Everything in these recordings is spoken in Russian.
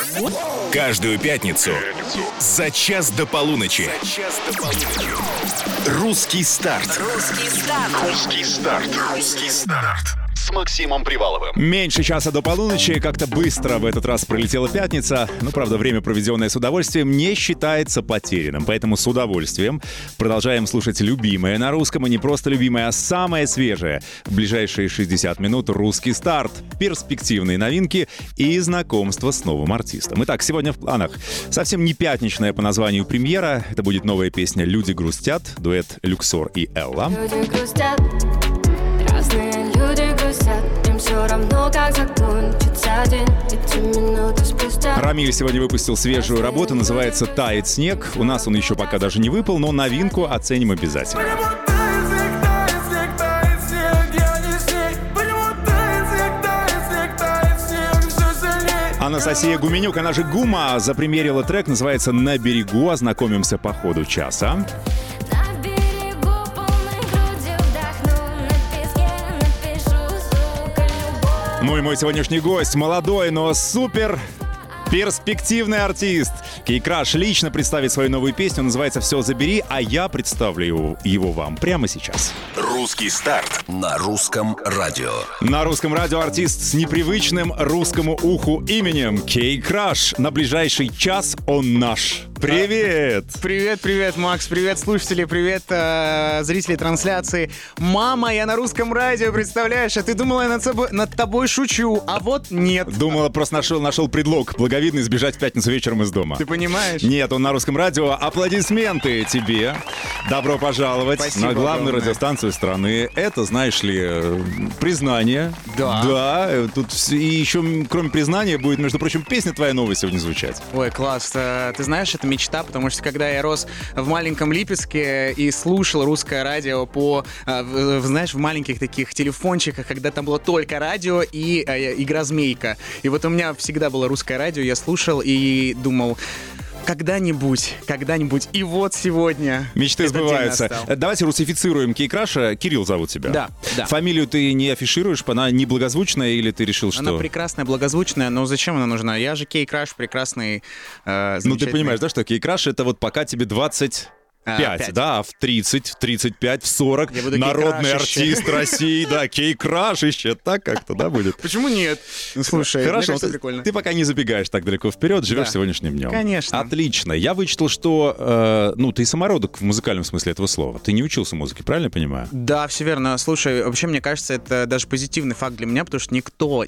Каждую пятницу за час до полуночи. Русский старт. С Максимом Приваловым. Меньше часа до полуночи, как-то быстро в этот раз пролетела пятница. Ну, правда, время, проведенное с удовольствием, не считается потерянным. Поэтому с удовольствием продолжаем слушать любимое на русском. И не просто любимое, а самое свежее. В ближайшие 60 минут «Русский старт». Перспективные новинки и знакомство с новым артистом. Итак, сегодня в планах совсем не пятничная по названию премьера. Это будет новая песня «Люди грустят», дуэт Люксор и Элла. Люди грустят, разные люди грустят, им все равно, как закончится день, эти минуты спустя. Рамиль сегодня выпустил свежую работу, называется «Тает снег». У нас он еще пока даже не выпал, но новинку оценим обязательно. Анастасия Гуменюк, она же Гума, запремьерила трек, называется «На берегу». Ознакомимся по ходу часа. Ну и мой сегодняшний гость, молодой, но супер перспективный артист. Кейкраш лично представит свою новую песню, называется «Все забери», а я представлю его вам прямо сейчас. Русский старт на русском радио. На русском радио артист с непривычным русскому уху именем Кейкраш. На ближайший час он наш. Привет! Привет, Макс, привет, слушатели, привет, зрители трансляции. Мама, я на русском радио, представляешь? А ты думала, я над тобой шучу, а вот нет. Думала, просто нашел предлог благовидный сбежать в пятницу вечером из дома. Ты понимаешь? Нет, он на русском радио. Аплодисменты тебе. Добро пожаловать. Спасибо на главную огромное. радиостанцию страны. Это, знаешь ли, признание. Да. Да. Тут и еще, кроме признания, будет, между прочим, песня твоя новая сегодня звучать. Ой, класс. Ты знаешь, это мечта, потому что когда я рос в маленьком Липецке и слушал русское радио знаешь, в маленьких таких телефончиках, когда там было только радио и игра «Змейка». И вот у меня всегда было русское радио, я слушал и думал... Когда-нибудь. И вот сегодня. Мечты этот день сбываются. настал. Давайте русифицируем Кейкраша. Кирилл зовут тебя. Да. Фамилию ты не афишируешь, она не благозвучная, или ты решил, что... Она прекрасная, благозвучная, но зачем она нужна? Я же Кейкраш, прекрасный, Ну, ты понимаешь, да, что Кейкраш — это вот пока тебе 25, да, а в 30, 35, в 40 Я буду народный Кейкрашище. артист России, да, Кейкрашище, так как-то, да, будет? Почему нет? Ну, слушай, Хорошо, мне кажется, прикольно. ты пока не забегаешь так далеко вперед, живешь Да. сегодняшним днем. Конечно. Отлично. Я вычитал, что, ты самородок в музыкальном смысле этого слова. Ты не учился музыке, правильно я понимаю? Да, все верно. Слушай, вообще, мне кажется, это даже позитивный факт для меня, потому что никто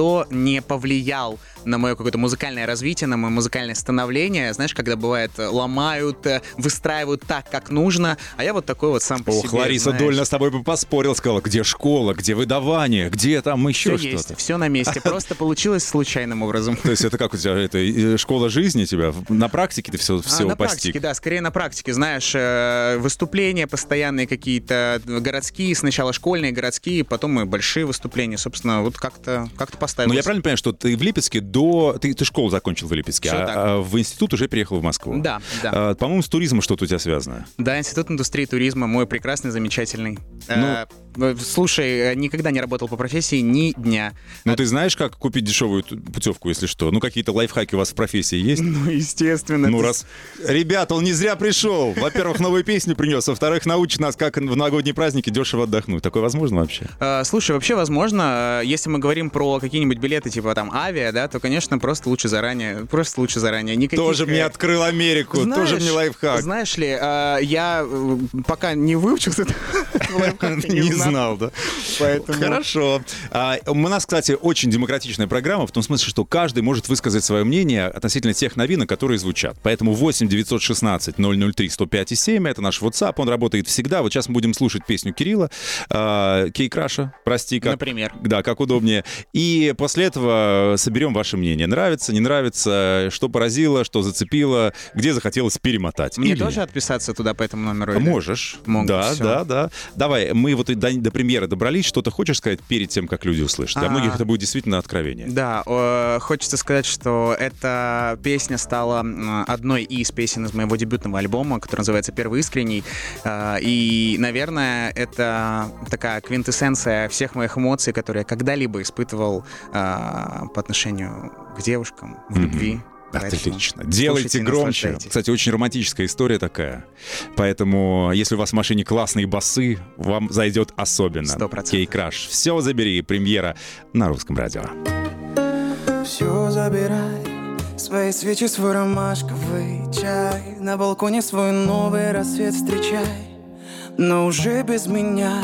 не повлиял на мое какое-то музыкальное развитие, на мое музыкальное становление. Знаешь, когда бывает, ломают, выстраивают так, как нужно, а я вот такой вот сам по себе. Ох, Лариса знаешь. Дольна с тобой бы поспорил, сказала, где школа, где выдавание, где там еще Все что-то. есть, все на месте. Просто получилось случайным образом. То есть это как у тебя, это школа жизни тебя? На практике ты все На постиг? практике, да, скорее на практике. Знаешь, выступления постоянные какие-то городские, сначала школьные, городские, потом и большие выступления. Собственно, вот как-то поставилось. Ну, я правильно понимаю, что ты в Липецке ты школу закончил в Липецке, Всё так. а в институт уже переехал в Москву? Да. По-моему, с туризмом что-то у тебя связано. Да, Институт индустрии туризма, мой прекрасный, замечательный. Ну- Слушай, никогда не работал по профессии ни дня. Ну, ты знаешь, как купить дешевую путевку, если что? Ну, какие-то лайфхаки у вас в профессии есть? Ну, естественно. Ну, ты- раз... Ребята, он не зря пришел. Во-первых, новую песню принес. Во-вторых, научит нас, как в новогодние праздники дешево отдохнуть. Такое возможно вообще? Слушай, вообще возможно, если мы говорим про какие-нибудь билеты, типа там авиа, да, то, конечно, просто лучше заранее. Никаких, Тоже мне открыл Америку, тоже мне лайфхак. Знаешь ли, я пока не выучился этого лайфхака, Не знал. знал, да? Поэтому... Хорошо. У нас, кстати, очень демократичная программа, в том смысле, что каждый может высказать свое мнение относительно тех новинок, которые звучат. Поэтому 8 916 003 105 и 7 — это наш WhatsApp, он работает всегда. Вот сейчас мы будем слушать песню Кирилла, Кейкраша, прости, как... Например. Да, как удобнее. И после этого соберем ваше мнение. Нравится, не нравится, что поразило, что зацепило, где захотелось перемотать. Мне Или- тоже записаться туда по этому номеру? Или? Можешь. Могу, да, всё. да, да. Давай, мы вот до премьеры добрались. Что-то хочешь сказать перед тем, как люди услышат? Для многих это будет действительно откровение. Да, хочется сказать, что эта песня стала одной из песен из моего дебютного альбома, который называется «Первый искренний». И, наверное, это такая квинтэссенция всех моих эмоций, которые я когда-либо испытывал по отношению к девушкам в любви. Отлично. Делайте слушайте, громче. наслаждайтесь. Кстати, очень романтическая история такая. Поэтому, если у вас в машине классные басы, вам зайдет особенно. 100%. Кей-Краш. Все забери. Премьера на Русском радио. Все забирай, свои свечи, свой ромашковый чай, на балконе свой новый рассвет встречай. Но уже без меня,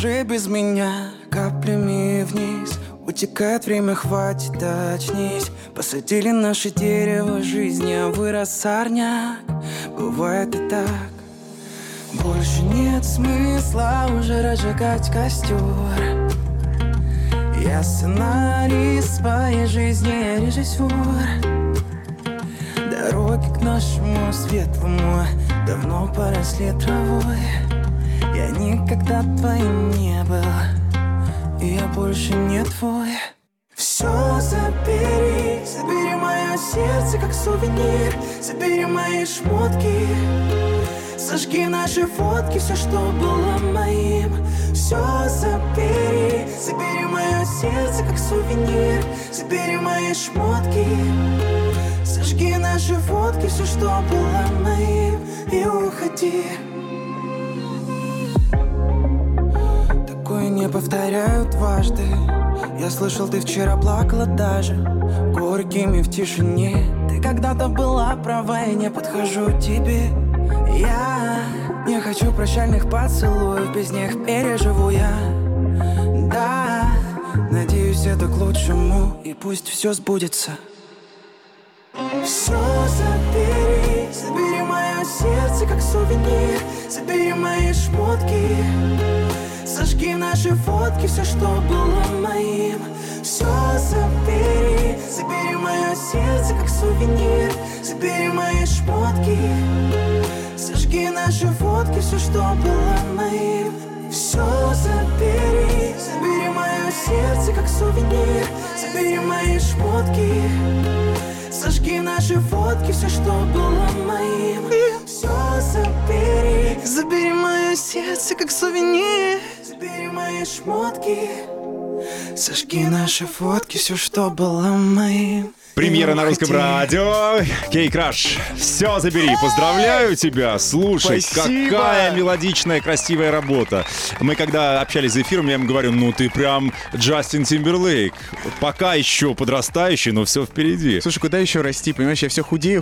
каплями вниз утекает время, хватит, очнись. Посадили наше дерево жизни, а вырос сорняк. Бывает и так. Больше нет смысла уже разжигать костер. Я сценарист своей жизни, я режиссер. Дороги к нашему светлому давно поросли травой. Я никогда твоим не был, и я больше не твой. Все забери, забери мое сердце как сувенир. Забери мои шмотки, сожги наши фотки, все, что было моим. Все забери, забери мое сердце как сувенир. Забери мои шмотки, сожги наши фотки, все, что было моим, и уходи. Такое не повторяют дважды. Я слышал, ты вчера плакала даже горькими в тишине. Ты когда-то была права, я не подхожу тебе. Я не хочу прощальных поцелуев, без них переживу я. Да, надеюсь, это к лучшему, и пусть все сбудется. Все забери, забери мое сердце как сувенир. Забери мои шмотки, сожги наши фотки, все, что было моим. Все забери, забери мое сердце как сувенир. Забери мои шмотки, сожги наши фотки, все, что было моим. Все забери, забери мое сердце как сувенир. Забери мои шмотки, сожги наши фотки, все, что было моим. Все забери, забери мое сердце как сувенир. Забери мои шмотки, сожги наши фотки, все, что было моим. Премьера на Русском радио. Кей-Краш. Все забери. Поздравляю тебя. Слушай, Спасибо. какая мелодичная, красивая работа. Мы когда общались за эфиром, я ему говорю, ну ты прям Джастин Тимберлейк. Пока еще подрастающий, но все впереди. Слушай, куда еще расти? Понимаешь, я все худею.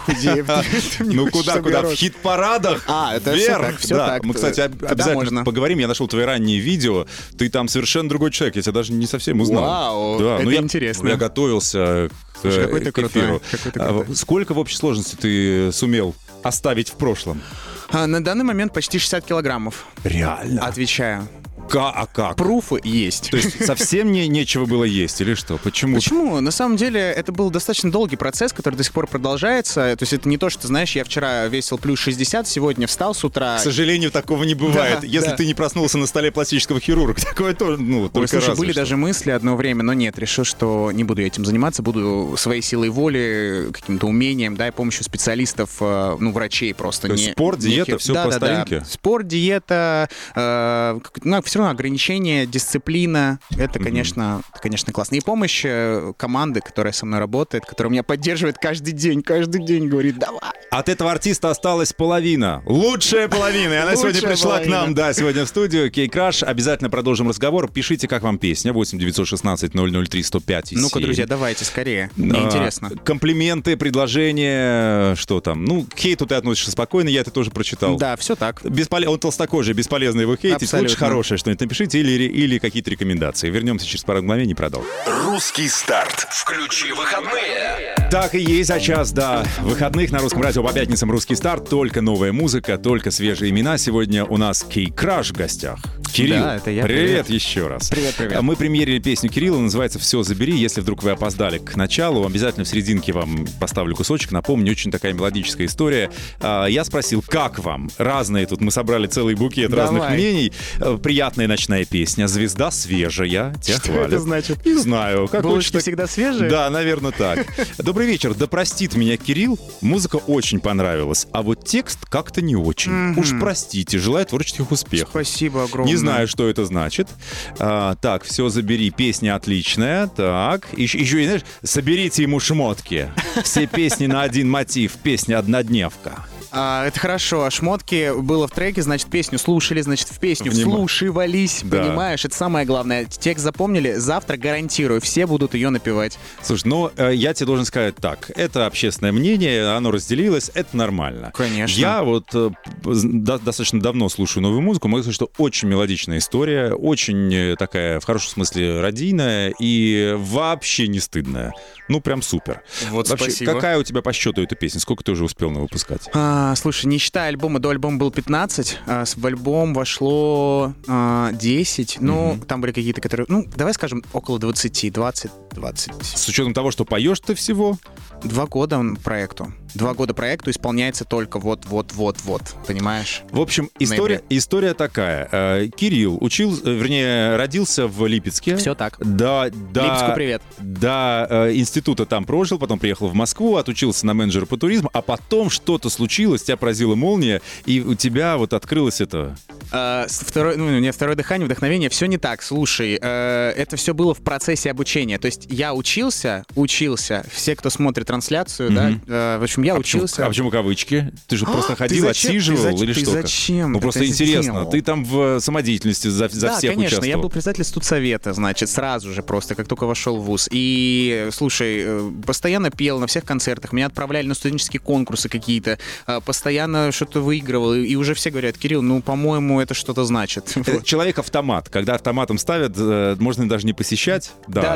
Ну куда? В хит-парадах. Это вверх. все Да. так. Мы, кстати, обязательно поговорим. Я нашел твои ранние видео. Ты там совершенно другой человек. Я тебя даже не совсем узнал. Вау, Да, это интересно. Я готовился Слушай, какой ты к эфиру. крутой. Сколько в общей сложности ты сумел оставить в прошлом? На данный момент почти 60 килограммов. Реально? Отвечаю. А как? Пруфы есть. То есть совсем нечего было есть или что? Почему? Почему? На самом деле это был достаточно долгий процесс, который до сих пор продолжается. То есть это не то, что, знаешь, я вчера весил плюс 60, сегодня встал с утра. К сожалению, такого не бывает. Да, Если да. ты не проснулся на столе пластического хирурга, такое тоже, только Ой, слушай, разве были что. даже мысли одно время, но нет, решил, что не буду я этим заниматься, буду своей силой воли, каким-то умением, да, и помощью специалистов, врачей просто. То есть спорт, диета, всё по старинке? Спорт, диета, все равно ограничения, дисциплина, это, конечно, классно. И помощь команды, которая со мной работает, которая меня поддерживает каждый день говорит, давай. От этого артиста осталась половина. Лучшая половина. И она сегодня Лучшая пришла к нам, половина. сегодня в студию. Кей-Краш. Обязательно продолжим разговор. Пишите, как вам песня. 8-916-003-105-7. Ну-ка, друзья, давайте скорее. Мне интересно. Комплименты, предложения, что там? Ну, к хейту ты относишься спокойно, я это тоже прочитал. Да, все так. Он толстокожий, бесполезно его хейтить. Абсолютно. Лучше хорошее что-нибудь напишите или какие-то рекомендации. Вернемся через пару мгновений и продолжим. Русский старт. Включи выходные. Так и есть, за час до выходных на Русском радио по пятницам «Русский старт». Только новая музыка, только свежие имена. Сегодня у нас Кей-Краш в гостях. Кирилл, да, это я. Привет еще раз. Привет. Мы премьерили песню Кирилла, называется «Все забери». Если вдруг вы опоздали к началу, обязательно в серединке вам поставлю кусочек. Напомню, очень такая мелодическая история. Я спросил, как вам? Разные тут, мы собрали целый букет разных мнений. Приятная ночная песня, звезда свежая. Тебя Что хвалят. это значит? Не знаю. Булочки всегда свежие? Да, наверное, так. Добрый вечер. Да простит меня Кирилл. Музыка очень понравилась, а вот текст как-то не очень. Уж простите, желаю творческих успехов. Спасибо огромное. Не знаю, что это значит. Так, «Все забери», песня отличная. Так, еще и, знаешь, «Соберите ему шмотки». Все песни на один мотив, песня «Однодневка». Это хорошо. Шмотки было в треке, значит, песню слушали, значит, в песню вслушивались, Да. понимаешь? Это самое главное. Текст запомнили, завтра гарантирую, все будут ее напевать. Слушай, ну, я тебе должен сказать так. Это общественное мнение, оно разделилось, это нормально. Конечно. Я вот достаточно давно слушаю новую музыку, могу сказать, что очень мелодичная история, очень такая, в хорошем смысле, радийная и вообще не стыдная. Ну, прям супер. Вот, вообще, спасибо. какая у тебя по счету эта песня? Сколько ты уже успел выпускать? Слушай, не считая альбома, до альбома было 15, в альбом вошло 10, ну, там были какие-то, которые, ну, давай скажем, около 20. С учетом того, что поешь ты всего? 2 года проекту. 2 года проекту исполняется только вот, понимаешь? В общем, история такая. Кирилл родился в Липецке. Все так. Да. Липецку привет. До института там прожил, потом приехал в Москву, отучился на менеджера по туризму, а потом что-то случилось, тебя поразила молния, и у тебя вот открылось это... у меня второе дыхание, вдохновение, все не так. Слушай, это все было в процессе обучения. То есть я учился, все, кто смотрит трансляцию, да, в общем, я учился. А почему кавычки? Ты же просто ходил, отсиживал или что? Зачем? Ну, просто интересно. Ты там в самодеятельности за всех участвовал. Да, конечно, я был участвовал. председатель студсовета, значит, сразу же просто, как только вошел в вуз. И, слушай, постоянно пел на всех концертах, меня отправляли на студенческие конкурсы какие-то, постоянно что-то выигрывал, и уже все говорят: Кирилл, ну, по-моему, это что-то значит. Человек-автомат. Когда автоматом ставят, можно даже не посещать.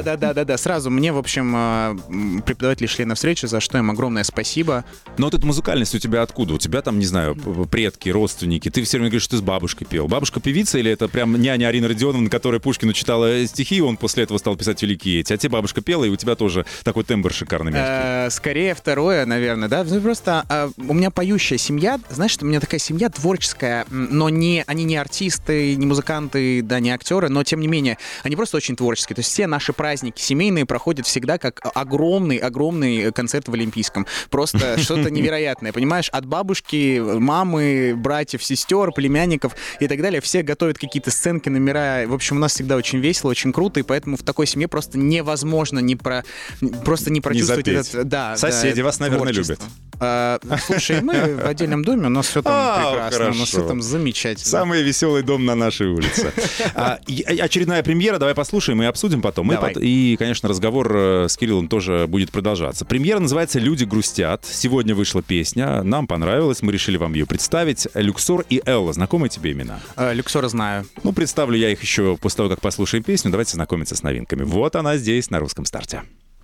Да. Сразу мне, в общем, преподаватели шли навстречу, за что им огромное спасибо. Но вот эта музыкальность у тебя откуда? У тебя там, не знаю, предки, родственники. Ты все время говоришь, что ты с бабушкой пел. Бабушка певица или это прям няня Арина Родионовна, которая Пушкину читала стихи, и он после этого стал писать великие эти? А тебе бабушка пела, и у тебя тоже такой тембр шикарный мягкий. Скорее второе, наверное, да. Просто у меня поющая семья. Знаешь, у меня такая семья творческая, но они не артисты, не музыканты, да, не актеры, но тем не менее, они просто очень творческие. То есть все наши праздники семейные проходят всегда как огромный концерт в Олимпийском. Просто что-то невероятное, понимаешь? От бабушки, мамы, братьев, сестер, племянников и так далее. Все готовят какие-то сценки, номера. В общем, у нас всегда очень весело, очень круто, и поэтому в такой семье просто невозможно просто не прочувствовать этот... Да, соседи вас, наверное, любят. Слушай, мы в отдельном доме, у нас все там прекрасно, хорошо. у нас все там замечательно. Самый веселый дом на нашей улице. Очередная премьера, давай послушаем и обсудим потом. Давай. И, конечно, разговор с Кириллом тоже будет продолжаться. Премьера называется «Люди грустят». Сегодня вышла песня, нам понравилась, мы решили вам ее представить. Люксор и Элла. Знакомые тебе имена? Люксора знаю. Ну, представлю я их еще после того, как послушаем песню. Давайте знакомиться с новинками. Вот она здесь, на Русском старте.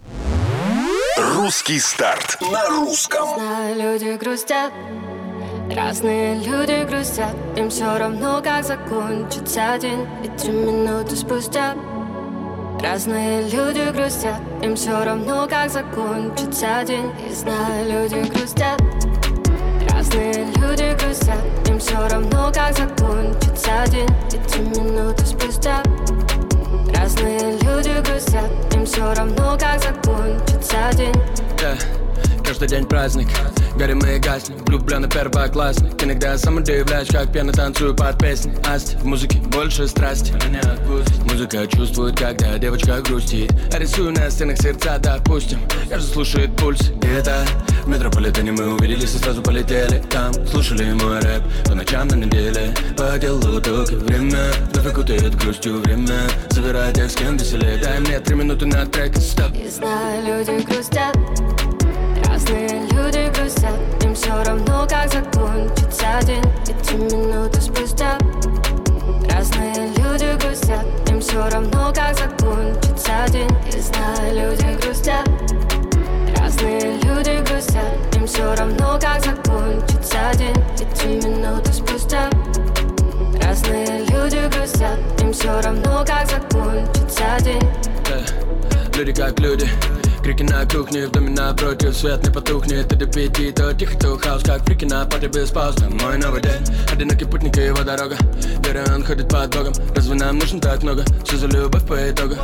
Русский старт на русском. Знаю, люди грустят, разные люди грустят. Им все равно, как закончится день. И 3 минуты спустя разные люди грустят. Им все равно, как закончится день. И знаю, люди грустят, разные люди грустят. Им все равно, как закончится день. И 3 минуты спустя разные люди грустят. Им все равно, как закончится день. Каждый день праздник, горим и гаснем, влюбленный первоклассник. Иногда сам удивляюсь, как пьяно танцую под песни. Асти, в музыке больше страсти. Музыка чувствует, когда девочка грустит. Я рисую на стенах сердца, допустим. Каждый слушает пульс. Где-то в метрополитене мы увиделись и сразу полетели. Там слушали мой рэп по ночам на неделе. По делу только время вновь окутает грустью время. Собирай тех, с кем веселее. Дай мне 3 минуты на трек, стоп. И знаю, люди грустят, разные люди грустят. Им все равно, как закончится день. И 3 минуты спустя разные люди грустят. Им все равно, как закончится день. И знаю, люди грустят, разные кончится день. Люди как люди, крики на кухне, в доме напротив, свет не потухнет. Ты до 5, то тихо, то хаос, как фрики на парте без пауз. Мой новый день, одинокий путник и его дорога. Верой он ходит под Богом, разве нам нужно так много? Все за любовь по итогу.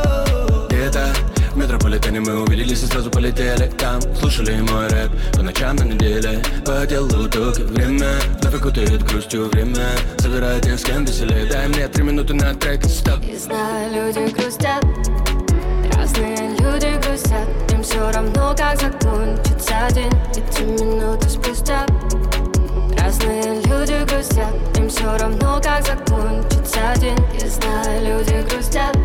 Где-то в метрополитене мы увиделись и сразу полетели. Там слушали мой рэп по ночам на неделе. По делу только время, вновь окутает грустью время. Забирай тех, с кем веселее, дай мне 3 минуты на трек, стоп. Я знаю, люди грустят, разные люди грустят. Им все равно, как закончится день. И 3 минуты спустя. Разные люди грустят, им все равно, как закончится день. Я знаю, люди грустят,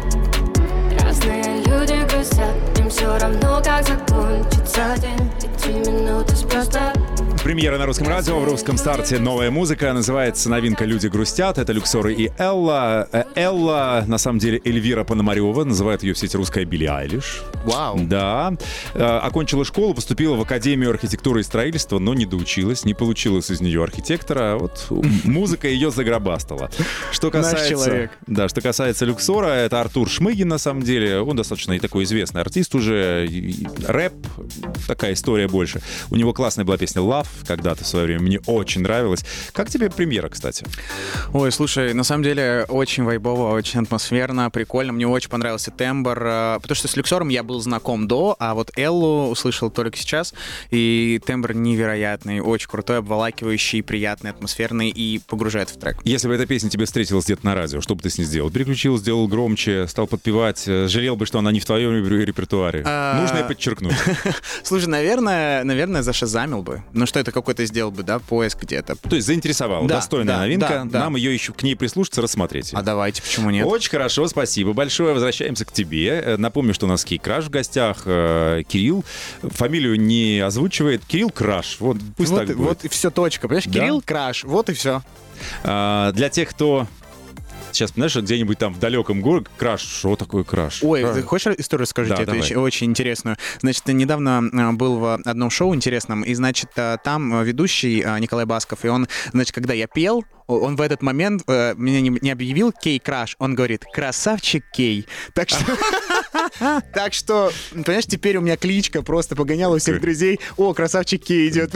разные люди грустят. Им все равно, как закончится день. И 3 минуты спустя. Премьера на русском радио, в русском старте новая музыка, называется новинка «Люди грустят». Это Люксоры и Элла. Элла, на самом деле, Эльвира Пономарева, называют ее в сети русская Билли Айлиш. Вау. Да. Окончила школу, поступила в Академию архитектуры и строительства, но не доучилась, не получилось из нее архитектора. Вот музыка ее загробастала. Что касается Люксора, это Артур Шмыгин, на самом деле. Он достаточно и такой известный артист уже. Рэп, такая история больше. У него классная была песня «Love» когда-то в свое время. Мне очень нравилось. Как тебе премьера, кстати? Ой, слушай, на самом деле очень вайбово, очень атмосферно, прикольно. Мне очень понравился тембр, потому что с Люксором я был знаком до, а вот Эллу услышал только сейчас. И тембр невероятный, очень крутой, обволакивающий, приятный, атмосферный и погружает в трек. Если бы эта песня тебе встретилась где-то на радио, что бы ты с ней сделал? Переключил, сделал громче, стал подпевать, жалел бы, что она не в твоем репертуаре? Нужно и подчеркнуть. Слушай, наверное, зашазамил бы. Ну что это какой-то сделал бы, да, поиск где-то. То есть заинтересовала, да, достойная новинка. Да. Нам ее еще к ней прислушаться, рассмотреть. А давайте, почему нет? Очень хорошо, спасибо большое. Возвращаемся к тебе. Напомню, что у нас Кей-Краш в гостях. Кирилл. Фамилию не озвучивает. Кирилл Краш. Вот пусть так будет. Вот и все, точка. Понимаешь, да? Кирилл Краш. Вот и все. Для тех, кто... Сейчас, знаешь, где-нибудь там в далеком городе краш. Что такое краш? Ой, ты хочешь историю расскажу тебе? Это очень интересную. Значит, недавно был в одном шоу интересном, и, значит, там ведущий Николай Басков, и он, значит, когда я пел, он в этот момент меня не объявил Кей-Краш, он говорит «красавчик Кей». Так что, понимаешь, теперь у меня кличка просто погоняла у всех друзей. О, красавчик Кей идет.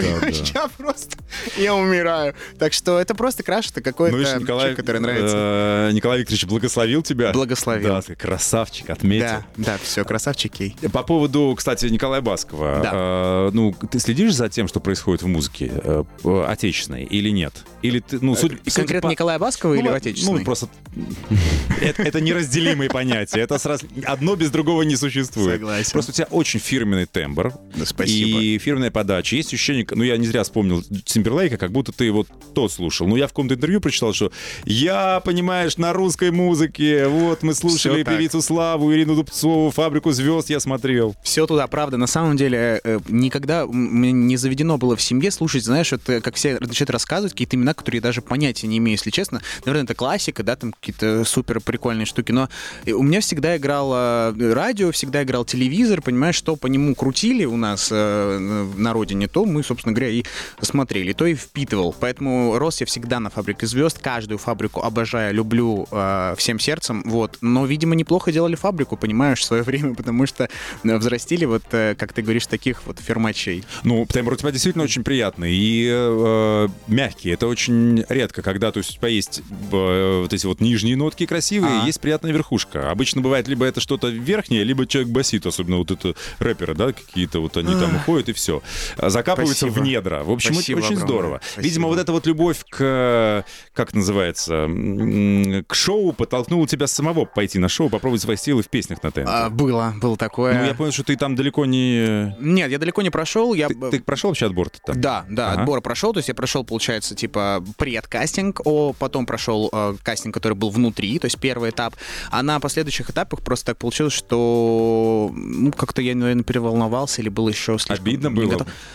Я умираю. Так что это просто краш, это какой-то человек, который нравится. Николай Викторович благословил тебя. Благословил. Да, ты красавчик, отметил. Да, все, красавчик Кей. По поводу, кстати, Николая Баскова. Ты следишь за тем, что происходит в музыке отечественной или нет? Или ты, конкретно Николая Баскова или отечественной? Ну, просто это неразделимые понятия. Это одно без другого не существует. Согласен. Просто у тебя очень фирменный тембр. Да, спасибо. И фирменная подача. Есть ощущение, я не зря вспомнил Тимберлейка, как будто ты вот тот слушал. Я в каком-то интервью прочитал, что понимаешь, на русской музыке, вот мы слушали певицу Славу, Ирину Дубцову, «Фабрику звезд» я смотрел. Все туда, правда. На самом деле, никогда мне не заведено было в семье слушать, знаешь, это как все начинают рассказывать какие-то имена, которые я даже понятия не имею, если честно. Наверное, это классика, да, там какие-то супер прикольные штуки, но у меня всегда играло радио, всегда играл телевизор, понимаешь, что по нему крутили у нас на родине, то мы, собственно говоря, и смотрели, то и впитывал. Поэтому рос я всегда на «Фабрике звезд», каждую фабрику обожаю, люблю всем сердцем, вот. Но, видимо, неплохо делали «Фабрику», понимаешь, в свое время, потому что взрастили, вот, как ты говоришь, таких вот фермачей. Тембр у тебя действительно очень приятный и мягкий. Это очень редко, когда у тебя есть вот эти вот нижние нотки красивые, есть приятная верхушка. Обычно бывает либо это что-то верхнее, либо человек басит, особенно вот это рэперы, да, какие-то вот они там уходят и все. Закапываются в недра. В общем, это очень здорово. Видимо, вот эта вот любовь к, как называется, к шоу подтолкнула тебя самого пойти на шоу, попробовать свои силы в песнях на ТНТ. Было такое. Я понял, что ты там далеко не... Нет, я далеко не прошел. Ты прошел вообще отбор-то там? Да, отбор прошел. То есть я прошел, получается, типа предкастинг, потом прошел кастинг, который был внутри, то есть первый этап. А на последующих этапах просто так получилось, что как-то я, наверное, переволновался или был еще слишком... Обидно было?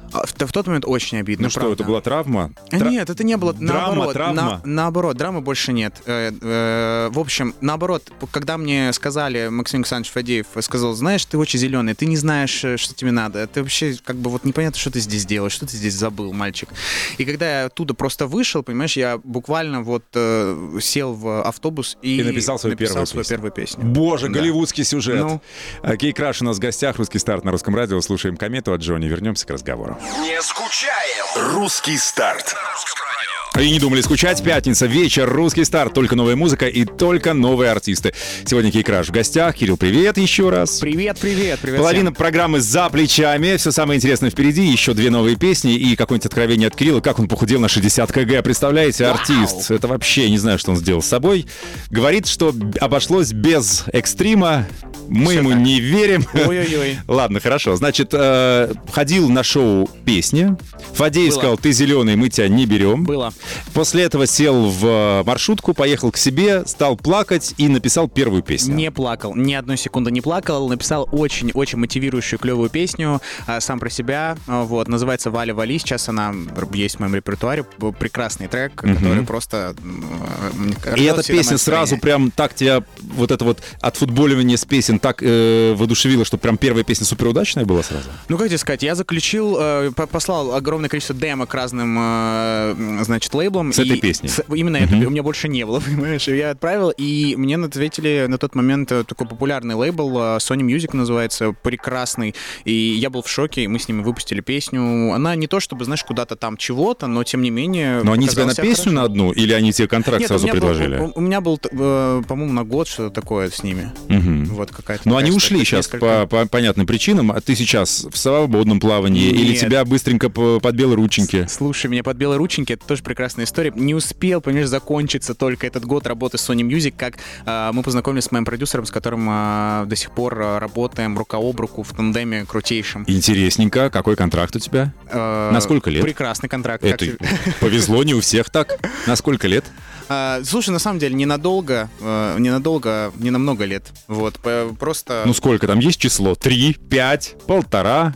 В тот момент очень обидно. Ну что, это была травма? Нет, это не было. Драма, травма? Наоборот, драмы больше нет. В общем, наоборот, когда мне сказали, Максим Александрович Фадеев сказал, знаешь, ты очень зеленый, ты не знаешь, что тебе надо. Ты вообще, как бы, вот непонятно, что ты здесь делаешь, что ты здесь забыл, мальчик. И когда я оттуда просто вышел, понимаешь, я буквально вот сел в автобус и написал свою первую песню. Боже, да. Голливудский сюжет. Ну. Кей Краш у нас в гостях, «Русский старт» на Русском радио. Слушаем «Комету» от Джонни. Вернемся к разговору. Не скучаем. «Русский старт». И не думали скучать. Пятница, вечер, «Русский старт». Только новая музыка и только новые артисты. Сегодня Кей Краш в гостях. Кирилл, привет еще раз. Привет. Половина программы за плечами. Все самое интересное впереди. Еще 2 новые песни и какое-нибудь откровение от Кирилла. Как он похудел на 60 кг. Представляете, артист. Это вообще, не знаю, что он сделал с собой. Говорит, что обошлось без экстрима. Мы ему не верим. Ой-ой-ой. Ладно, хорошо. Значит, ходил на шоу «Песни». Фадеев сказал, ты зеленый, мы тебя не берем. Было. После этого сел в маршрутку, поехал к себе, стал плакать и написал первую песню. Не плакал, ни одной секунды не плакал. Написал очень-очень мотивирующую, клевую песню сам про себя. Вот, называется «Валя, вали». Сейчас она есть в моем репертуаре. Прекрасный трек, который просто... И эта песня сразу прям так тебя, вот это вот отфутболивание с песен так воодушевило, что прям первая песня суперудачная была сразу? Ну, как тебе сказать, я заключил, послал огромное количество демок разным, значит, лейблам. С этой песней? Именно это. У меня больше не было, понимаешь? Я отправил, и мне ответили на тот момент такой популярный лейбл, Sony Music называется, прекрасный. И я был в шоке, и мы с ними выпустили песню. Она не то чтобы, знаешь, куда-то там чего-то, но тем не менее... Но они тебя на песню на одну, или они тебе контракт сразу предложили? У меня был, по-моему, на год что-то такое с ними. Вот какая-то. Но они ушли сейчас по понятным причинам, а ты сейчас в свободном плавании, или тебя быстренько под белые рученьки? Слушай, меня под белые рученьки, это тоже прекрасная история. Не успел, понимаешь, закончиться только этот год работы с Sony Music, как мы познакомились с моим продюсером, с которым до сих пор работаем рука об руку в тандеме крутейшем. Интересненько. Какой контракт у тебя? На сколько лет? Прекрасный контракт. Это повезло, не у всех так. На сколько лет? Слушай, на самом деле, ненадолго, не на много лет. Вот, просто... Ну сколько там есть число? 3, 5, 1,5?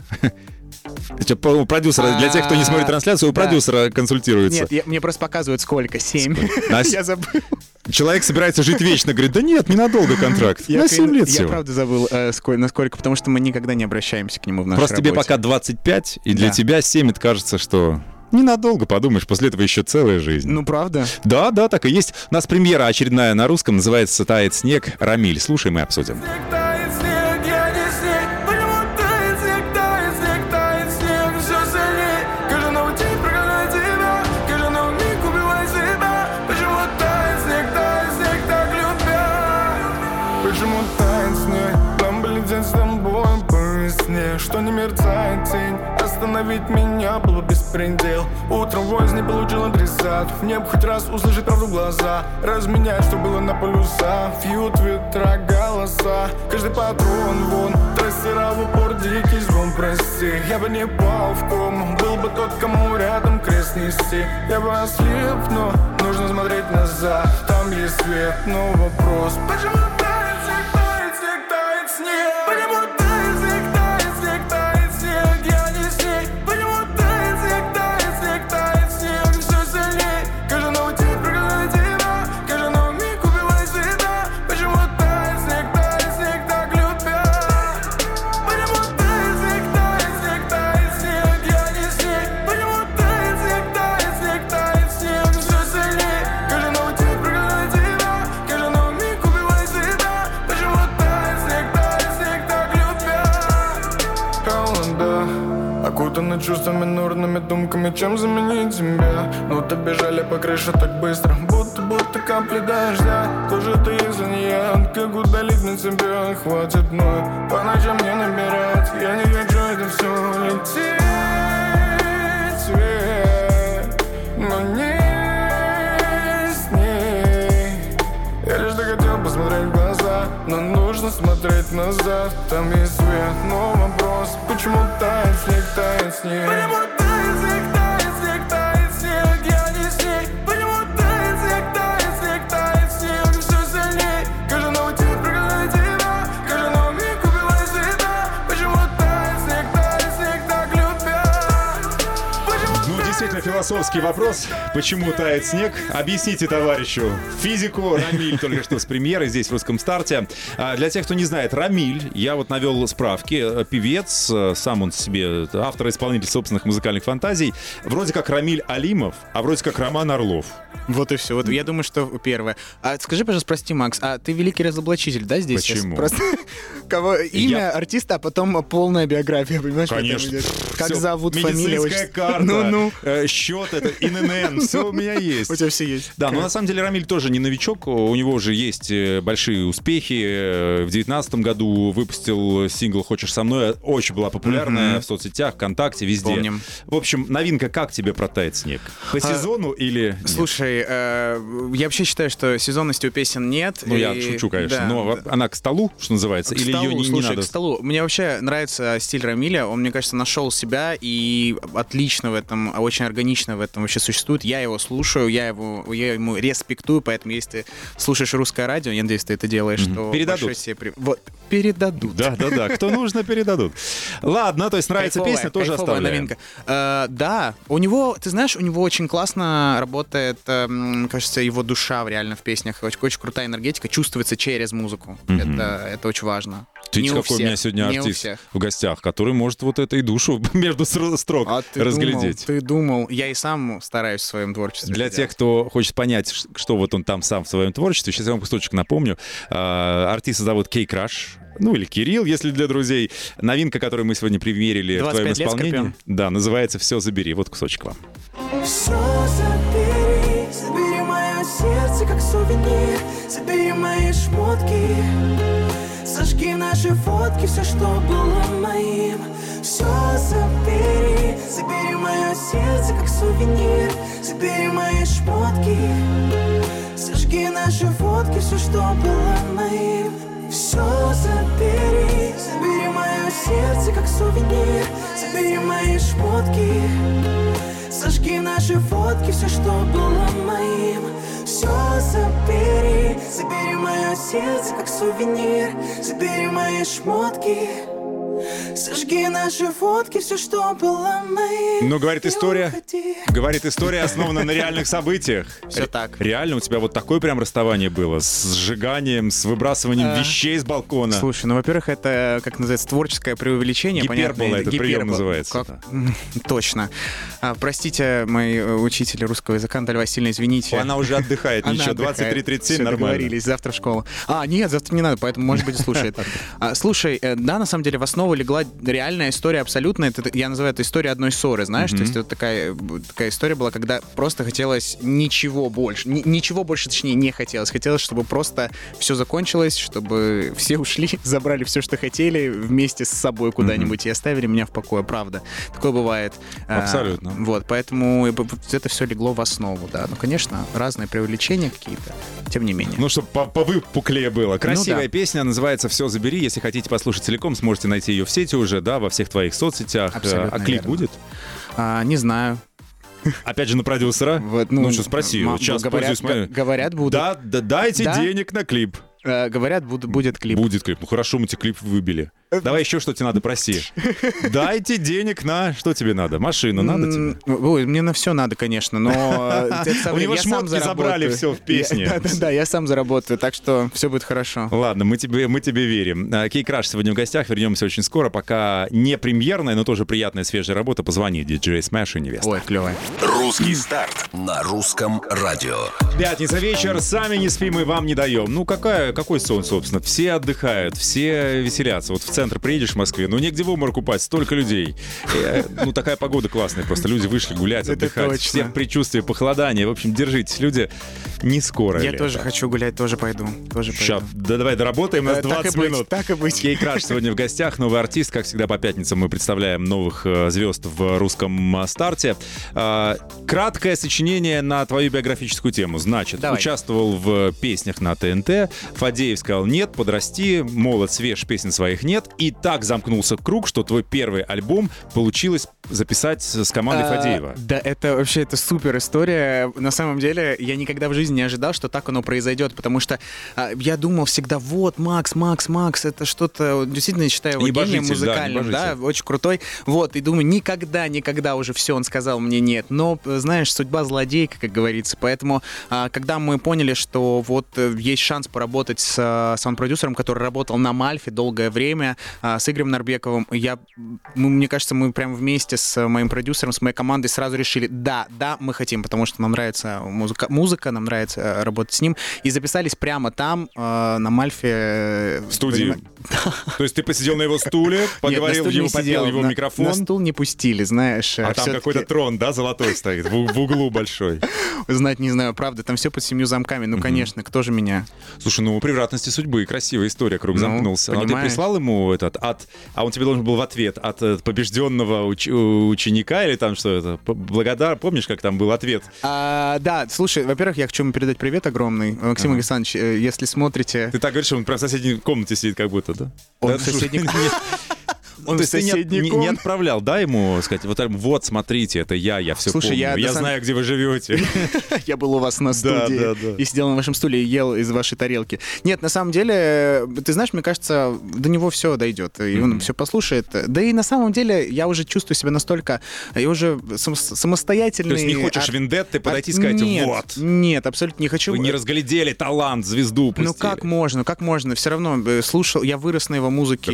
Продюсера, для тех, кто не смотрит трансляцию, у продюсера консультируется. Нет, мне просто показывают сколько, 7. Я забыл. Человек собирается жить вечно, говорит, да нет, ненадолго контракт. На 7 лет всего. Я правда забыл, насколько, потому что мы никогда не обращаемся к нему в нашей работе. Просто тебе пока 25, и для тебя 7, это кажется, что... Ненадолго, подумаешь, после этого еще целая жизнь. Ну, правда? Да, так и есть. У нас премьера очередная на русском, называется «Тает снег». Рамиль, слушаем и обсудим. Что не мерцает тень, остановить меня было беспредел. Утром возни получил адресат, в небо хоть раз услышать правду в глаза, разменять, что было на полюса. Фьют ветра голоса, каждый патрон вон, трассера в упор дикий звон. Прости, я бы не пал в ком, был бы тот, кому рядом крест нести. Я бы ослеп, но нужно смотреть назад, там есть свет, но вопрос: почему тает снег, тает снег, тает снег? Почему тает снег, тает снег, тает снег? Я не снег. Почему тает снег, тает снег, тает снег? Все сильней, каждый новый день прогоняет тебя, каждый новый миг убивает себя. Почему тает снег, так любя? Почему тает снег, тает снег, я не снег. Почему тает снег, тает снег? Все сильней, каждый новый день прогоняет тебя, каждый новый миг убивает себя. Почему тает снег, так любя? Холода окутаны чувствами, нурными думками, чем заменить тебя? Ну то бежали по крыше так быстро, будто капли дождя. Тоже ты из-за нее, как удалить на тебя? Хватит, но по ночам не набирать. Я не хочу это все лететь вверх, но не с ней. Я лишь хотел посмотреть в глаза, но нужно смотреть назад. Там есть свет, но вопрос: почему тает снег, тает снег? Почему тает снег, тает снег, тает снег? Я не снег. Почему тает снег, тает снег? Все сильней, каждый новый день прогоняет тебя, каждый новый миг убивает себя. Почему тает снег, так любя? Конечно, философский вопрос. Почему тает снег? Объясните товарищу физику. Рамиль только что с премьерой здесь в «Русском старте». Для тех, кто не знает, Рамиль, я вот навел справки, певец, сам он себе автор и исполнитель собственных музыкальных фантазий. Вроде как Рамиль Алимов, а вроде как Роман Орлов. Вот и все. Вот я думаю, что первое. А скажи, пожалуйста, прости, Макс, а ты великий разоблачитель, да, здесь? Почему? Просто имя артиста, а потом полная биография, понимаешь? Конечно. Как Всё. зовут, фамилия, Медицинская карта, счет, это ИНН, все у меня есть. У тебя все есть. Да, но на самом деле Рамиль тоже не новичок, у него уже есть большие успехи. В 2019 году выпустил сингл «Хочешь со мной», очень была популярная в соцсетях, ВКонтакте, везде. Помним. В общем, новинка «Как тебе протает снег»? По сезону или нет? Слушай, я вообще считаю, что сезонности у песен нет. Ну, я шучу, конечно, да, но она к столу, что называется, к или столу, ее не слушай, надо? к столу. Мне вообще нравится стиль Рамиля, он, мне кажется, нашел себя и отлично в этом, очень органично в этом вообще существует. Я его слушаю, я ему респектую, поэтому если ты слушаешь русское радио, я надеюсь, ты это делаешь, то Передадут. Вот, передадут. Да, кто нужно, передадут. Ладно, то есть нравится песня, тоже кайфовая оставляем. новинка. Да, у него, ты знаешь, у него очень классно работает, кажется, его душа реально в песнях. Очень крутая энергетика, чувствуется через музыку. Это очень важно. Ты Не у какой у меня всех, сегодня не у артист всех. в гостях, который может вот это и душу между строк разглядеть. Ты думал, я и сам стараюсь в своем творчестве. Для тех, кто хочет понять, что вот он там сам в своем творчестве, сейчас я вам кусочек напомню. Артиста зовут Кей Краш. Ну, или Кирилл, если для друзей. Новинка, которую мы сегодня примерили в твоем 25 лет исполнении. Скорпион. Да, называется «Все забери». Вот кусочек вам. Все забери, забери мое сердце как сувенир, забери мои шмотки, сожги наши фотки, все, что было моим. Все забери, забери мое сердце как сувенир, забери мои шмотки, сожги наши фотки, все, что было моим. Все забери, забери мое сердце как сувенир, забери мои шмотки, сожги наши фотки, все, что было моим. Все забери, забери мое сердце как сувенир, забери мои шмотки, сожги наши фотки, все, что было моим. Ну, говорит И история, уходи. говорит история, основана на реальных событиях. Всё так. Реально у тебя вот такое прям расставание было с сжиганием, с выбрасыванием вещей с балкона. Слушай, ну, во-первых, это, как называется, творческое преувеличение. Гипербола, понятно, этот прием гипербола. называется. Как? Точно. Простите, мой учитель русского языка, Наталья Васильевна, извините. Она уже отдыхает, Она ничего, отдыхает. 23:37, Всё, нормально. договорились, завтра в школу. Нет, завтра не надо, поэтому, может быть, и слушает. Слушай, да, на самом деле, в основу легла реальная история абсолютно. Я называю это история одной ссоры, знаешь? То есть вот такая история была, когда просто хотелось ничего больше. Ничего больше, точнее, не хотелось. Хотелось, чтобы просто все закончилось, чтобы все ушли, забрали все, что хотели, вместе с собой куда-нибудь и оставили меня в покое, правда. Такое бывает. Абсолютно. Вот, поэтому это все легло в основу, да. Ну, конечно, разные привлечения какие-то, тем не менее. Ну, чтобы повыпуклее было. Красивая да. песня, называется «Все забери». Если хотите послушать целиком, сможете найти ее в сети уже, да, во всех твоих соцсетях. Абсолютно А клип верно. будет? Не знаю. Опять же на продюсера? Вот, Ну, что, спроси. Сейчас говорят, пользуюсь моей... говорят, будут. Да, дайте Да? денег на клип. Говорят, будет клип. Будет клип. Ну хорошо, мы тебе клип выбили. Давай еще что тебе надо, проси. Дайте денег на... Что тебе надо? Машину надо тебе? Ой, мне на все надо, конечно, но... У него шмотки забрали все в песне. Да, я сам заработаю, так что все будет хорошо. Ладно, мы тебе верим. Кей Краш сегодня в гостях, вернемся очень скоро. Пока не премьерная, но тоже приятная свежая работа. Позвони диджей Смэш и невеста. Ой, клевая. Русский старт на русском радио. Пятница вечер, сами не спим и вам не даем. Ну какой сон, собственно? Все отдыхают, все веселятся. Вот в центр приедешь в Москве, ну негде в обморок упасть, столько людей. Ну такая погода классная, просто люди вышли гулять, Это отдыхать. точно. Всех предчувствие похолодания. В общем, держитесь, люди, не скоро. Я лето. тоже хочу гулять, тоже пойду. Сейчас, давай доработаем, у нас 20 минут. Так и быть. Кей Краш сегодня в гостях, новый артист. Как всегда по пятницам мы представляем новых звезд в русском старте. Краткое сочинение на твою биографическую тему. Значит, Давай. участвовал в песнях на ТНТ. Фадеев сказал: нет, подрасти, молод, свеж, песен своих нет. И так замкнулся круг, что твой первый альбом получилось записать с командой Фадеева. Да, это вообще это супер история. На самом деле, я никогда в жизни не ожидал, что так оно произойдет, потому что я думал всегда, вот, Макс, это что-то, действительно, считаю его гением музыкальным, да, очень крутой. Вот, и думаю, никогда уже все, он сказал мне нет. Но, знаешь, судьба злодейка, как говорится. Поэтому, когда мы поняли, что вот есть шанс поработать с саунд-продюсером, который работал на Мальфе долгое время, с Игорем Нарбековым, мне кажется, мы прям вместе с моим продюсером, с моей командой сразу решили, да, мы хотим, потому что нам нравится музыка, нам нравится работать с ним. И записались прямо там, на Мальфе. В студии. То есть ты посидел на его стуле, поговорил, попел его микрофон. На стул не пустили, знаешь. А там какой-то трон, да, золотой стоит, в углу большой. Знать не знаю, правда, там все под 7 замками. Ну, конечно, кто же меня? Слушай, превратности судьбы, красивая история, круг замкнулся. А ты прислал ему а он тебе должен был в ответ от побежденного ученика или там что это? Помнишь, как там был ответ? Да, слушай, во-первых, я хочу ему передать привет огромный. Максим Александрович, если смотрите... Ты так говоришь, что он прям в соседней комнате сидит как будто, да? Он в соседней комнате. Он не отправлял, да, ему сказать, вот, смотрите, это я все помню, я знаю, где вы живете. Я был у вас на студии и сидел на вашем стуле и ел из вашей тарелки. Нет, на самом деле, ты знаешь, мне кажется, до него все дойдет, и он все послушает. Да и на самом деле я уже чувствую себя настолько, я уже самостоятельный... То есть не хочешь вендетты подойти и сказать, вот. Нет, абсолютно не хочу. Вы не разглядели талант, звезду упустили. Ну как можно? Все равно слушал, я вырос на его музыке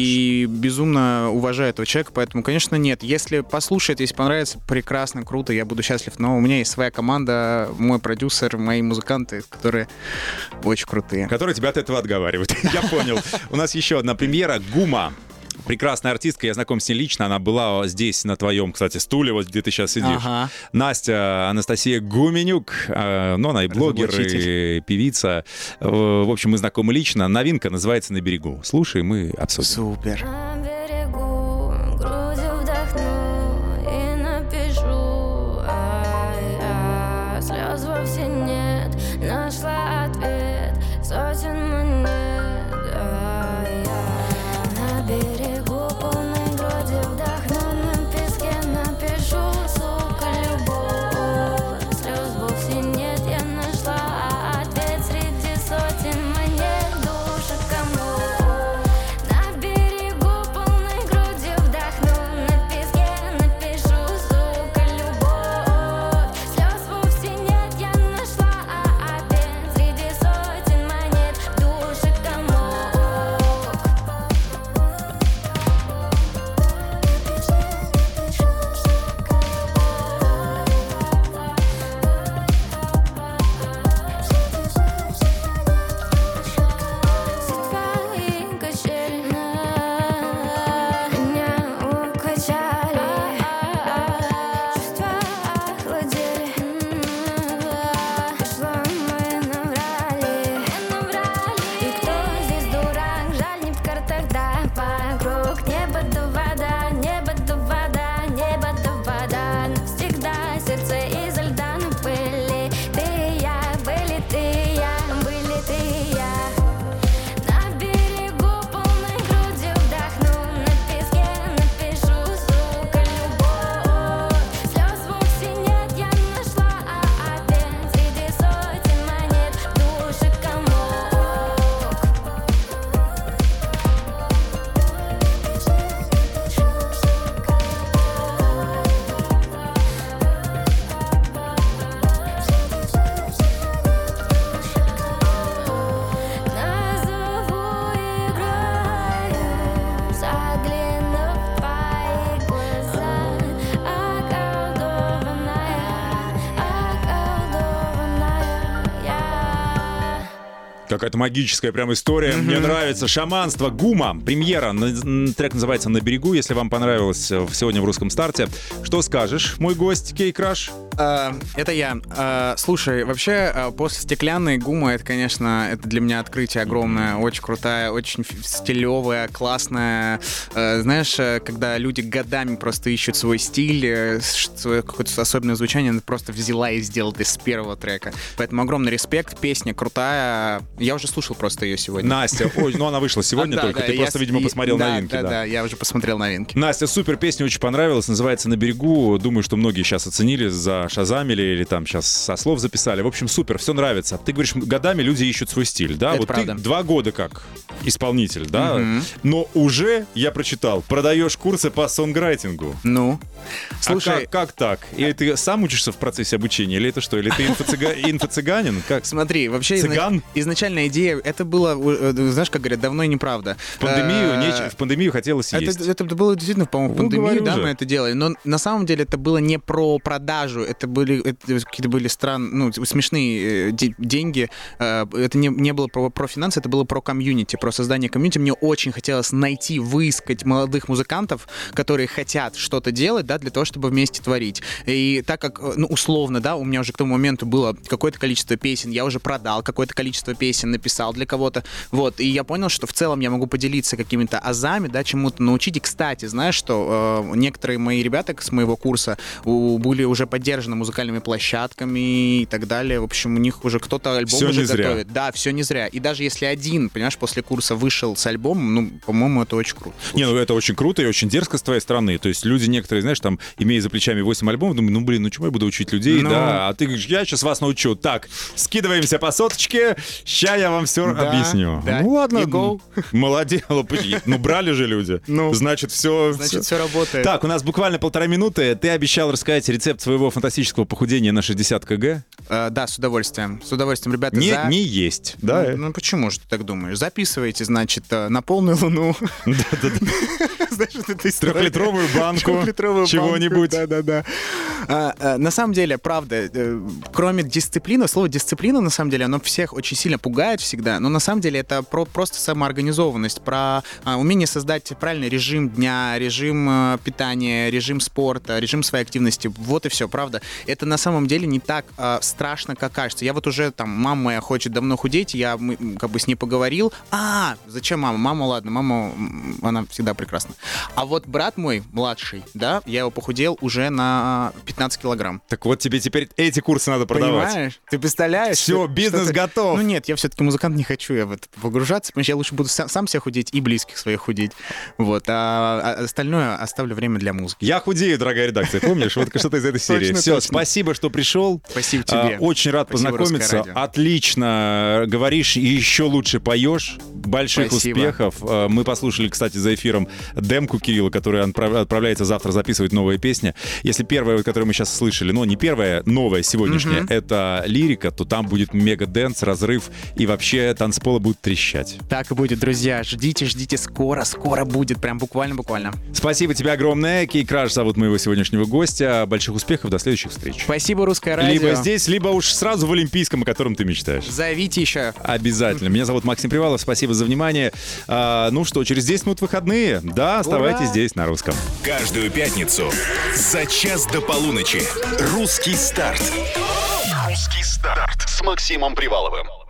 и безумно уважаю этого человека, поэтому, конечно, нет. Если послушает, если понравится, прекрасно, круто, я буду счастлив. Но у меня есть своя команда, мой продюсер, мои музыканты, которые очень крутые. Которые тебя от этого отговаривают. Я понял. У нас еще одна премьера. Гума. Прекрасная артистка, я знаком с ней лично, она была здесь, на твоем, кстати, стуле, вот где ты сейчас сидишь. Ага. Настя Анастасия Гуменюк, она и блогер, и певица. В общем, мы знакомы лично. Новинка называется «На берегу». Слушай, мы обсудим. Супер. Нашла ответ, сотен монет, на берегу полной груди вдохну, на песке напишу, сука, любовь. Слез вовсе нет, я нашла ответ среди сотен монет, душа кому. На берегу полной груди вдохну, на песке напишу, сука, любовь. Слез вовсе нет, я нашла среди сотен монет, души комок. Судьба и качели меня укачали, чувства охладели, прошло мы наврали. И кто здесь дурак, жаль, не в картах, да, вокруг небо да вода, небо да вода, небо да вода. Навсегда сердце изо льда, но были ты и я, были ты и я, были ты и я. На берегу полной грудью вдохну, на песке напишу, сука, любовь. Слез вовсе нет, я нашла ответ среди сотен монет, души комок. Назову играю, заглянув в твои глаза, околдованная я. Какая-то магическая прям история. Мне нравится. Шаманство. Гума. Премьера. Трек называется «На берегу». Если вам понравилось сегодня в «Русском старте», что скажешь, мой гость Кей Краш? Это я. Слушай, вообще, после «Стеклянной» Гума, это, конечно, это для меня открытие огромное, очень крутая, очень стилевая, классная. Знаешь, когда люди годами просто ищут свой стиль, свое какое-то особенное звучание, она просто взяла и сделала из первого трека. Поэтому огромный респект, песня крутая. Я уже слушал просто ее сегодня. Настя, она вышла сегодня только, ты просто, видимо, посмотрел новинки. Да, я уже посмотрел новинки. Настя, супер, песня очень понравилась, называется «На берегу». Думаю, что многие сейчас оценили, зашазамили или там сейчас со слов записали. В общем, супер, все нравится. Ты говоришь, годами люди ищут свой стиль, да? Это вот правда. Ты 2 года как исполнитель, да? Но уже, я прочитал, продаешь курсы по сонграйтингу. Ну? Слушай, как так? Или ты сам учишься в процессе обучения, или это что? Или ты инфо-цыганин? Как? Смотри, вообще изначальная идея, это было, знаешь, как говорят, давно и неправда. В пандемию хотелось есть. Это было действительно, по-моему, в пандемию, да, мы это делали. Но на самом деле это было не про продажу, это какие-то были смешные деньги. Это не было про финансы, это было про комьюнити, про создание комьюнити. Мне очень хотелось найти, выискать молодых музыкантов, которые хотят что-то делать, да, для того, чтобы вместе творить. И так как, условно, да, у меня уже к тому моменту было какое-то количество песен, я уже продал какое-то количество песен, написал для кого-то, вот, и я понял, что в целом я могу поделиться какими-то азами, да, чему-то научить. И, кстати, знаешь, что некоторые мои ребята с моего курса были уже поддержаны музыкальными площадками и так далее. В общем, у них уже кто-то альбом все уже не зря. готовит. Да, все не зря. И даже если один, понимаешь, после курса вышел с альбомом, по-моему, это очень круто. Не, это очень круто и очень дерзко с твоей стороны. То есть люди некоторые, знаешь, там, имея за плечами 8 альбомов, думают, чему я буду учить людей, да? А ты говоришь, я сейчас вас научу. Так, скидываемся по соточке, ща я вам все объясню. Да. Ладно, молодец. Брали же люди. Значит, все работает. Так, у нас буквально 1,5 минуты. Ты обещал рассказать рецепт своего фантастического похудения на 60 кг? Да, с удовольствием. С удовольствием, ребята. Не есть, да? Почему же ты так думаешь? Записывайте, значит, на полную луну. Знаешь, вот эта история. 3-литровую банку чего-нибудь. Да. На самом деле, правда, кроме дисциплины, слово дисциплина, на самом деле, оно всех очень сильно пугает всегда, но на самом деле это просто самоорганизованность, про умение создать правильный режим дня, режим питания, режим спорта, режим своей активности. Вот и все, правда. Это на самом деле не так страшно, как кажется. Я вот уже, мама моя хочет давно худеть, я как бы с ней поговорил. Зачем мама? Мама, ладно, мама, она всегда прекрасна. А вот брат мой, младший, да, я его похудел уже на 15 килограмм. Так вот тебе теперь эти курсы надо продавать. Понимаешь? Ты представляешь? Все, бизнес готов. Нет, я все-таки музыкант, не хочу я в это погружаться, потому что я лучше буду сам себя худеть и близких своих худеть. Вот, а остальное оставлю время для музыки. Я худею, дорогая редакция, помнишь? Вот что-то из этой серии. Все, спасибо, что пришел. Спасибо тебе. Очень рад познакомиться. Отлично говоришь и еще лучше поешь. Больших успехов. Мы послушали, кстати, за эфиром демку Кирилла, который отправляется завтра записывать новые песни. Если первая, которую мы сейчас слышали, не первая, новая сегодняшняя, это лирика, то там будет мега-дэнс, разрыв, и вообще танцполы будут трещать. Так и будет, друзья. Ждите, скоро будет, прям буквально. Спасибо тебе огромное. Кейкраш зовут моего сегодняшнего гостя. Больших успехов, до следующих встреч. Спасибо, Русское радио. Либо здесь, либо уж сразу в Олимпийском, о котором ты мечтаешь. Зовите еще. Обязательно. Меня зовут Максим Привалов, спасибо за внимание. Через 10 минут выходные. Да, оставайтесь здесь на Русском. Каждую пятницу за час до полуночи. Русский старт. Русский старт с Максимом Приваловым.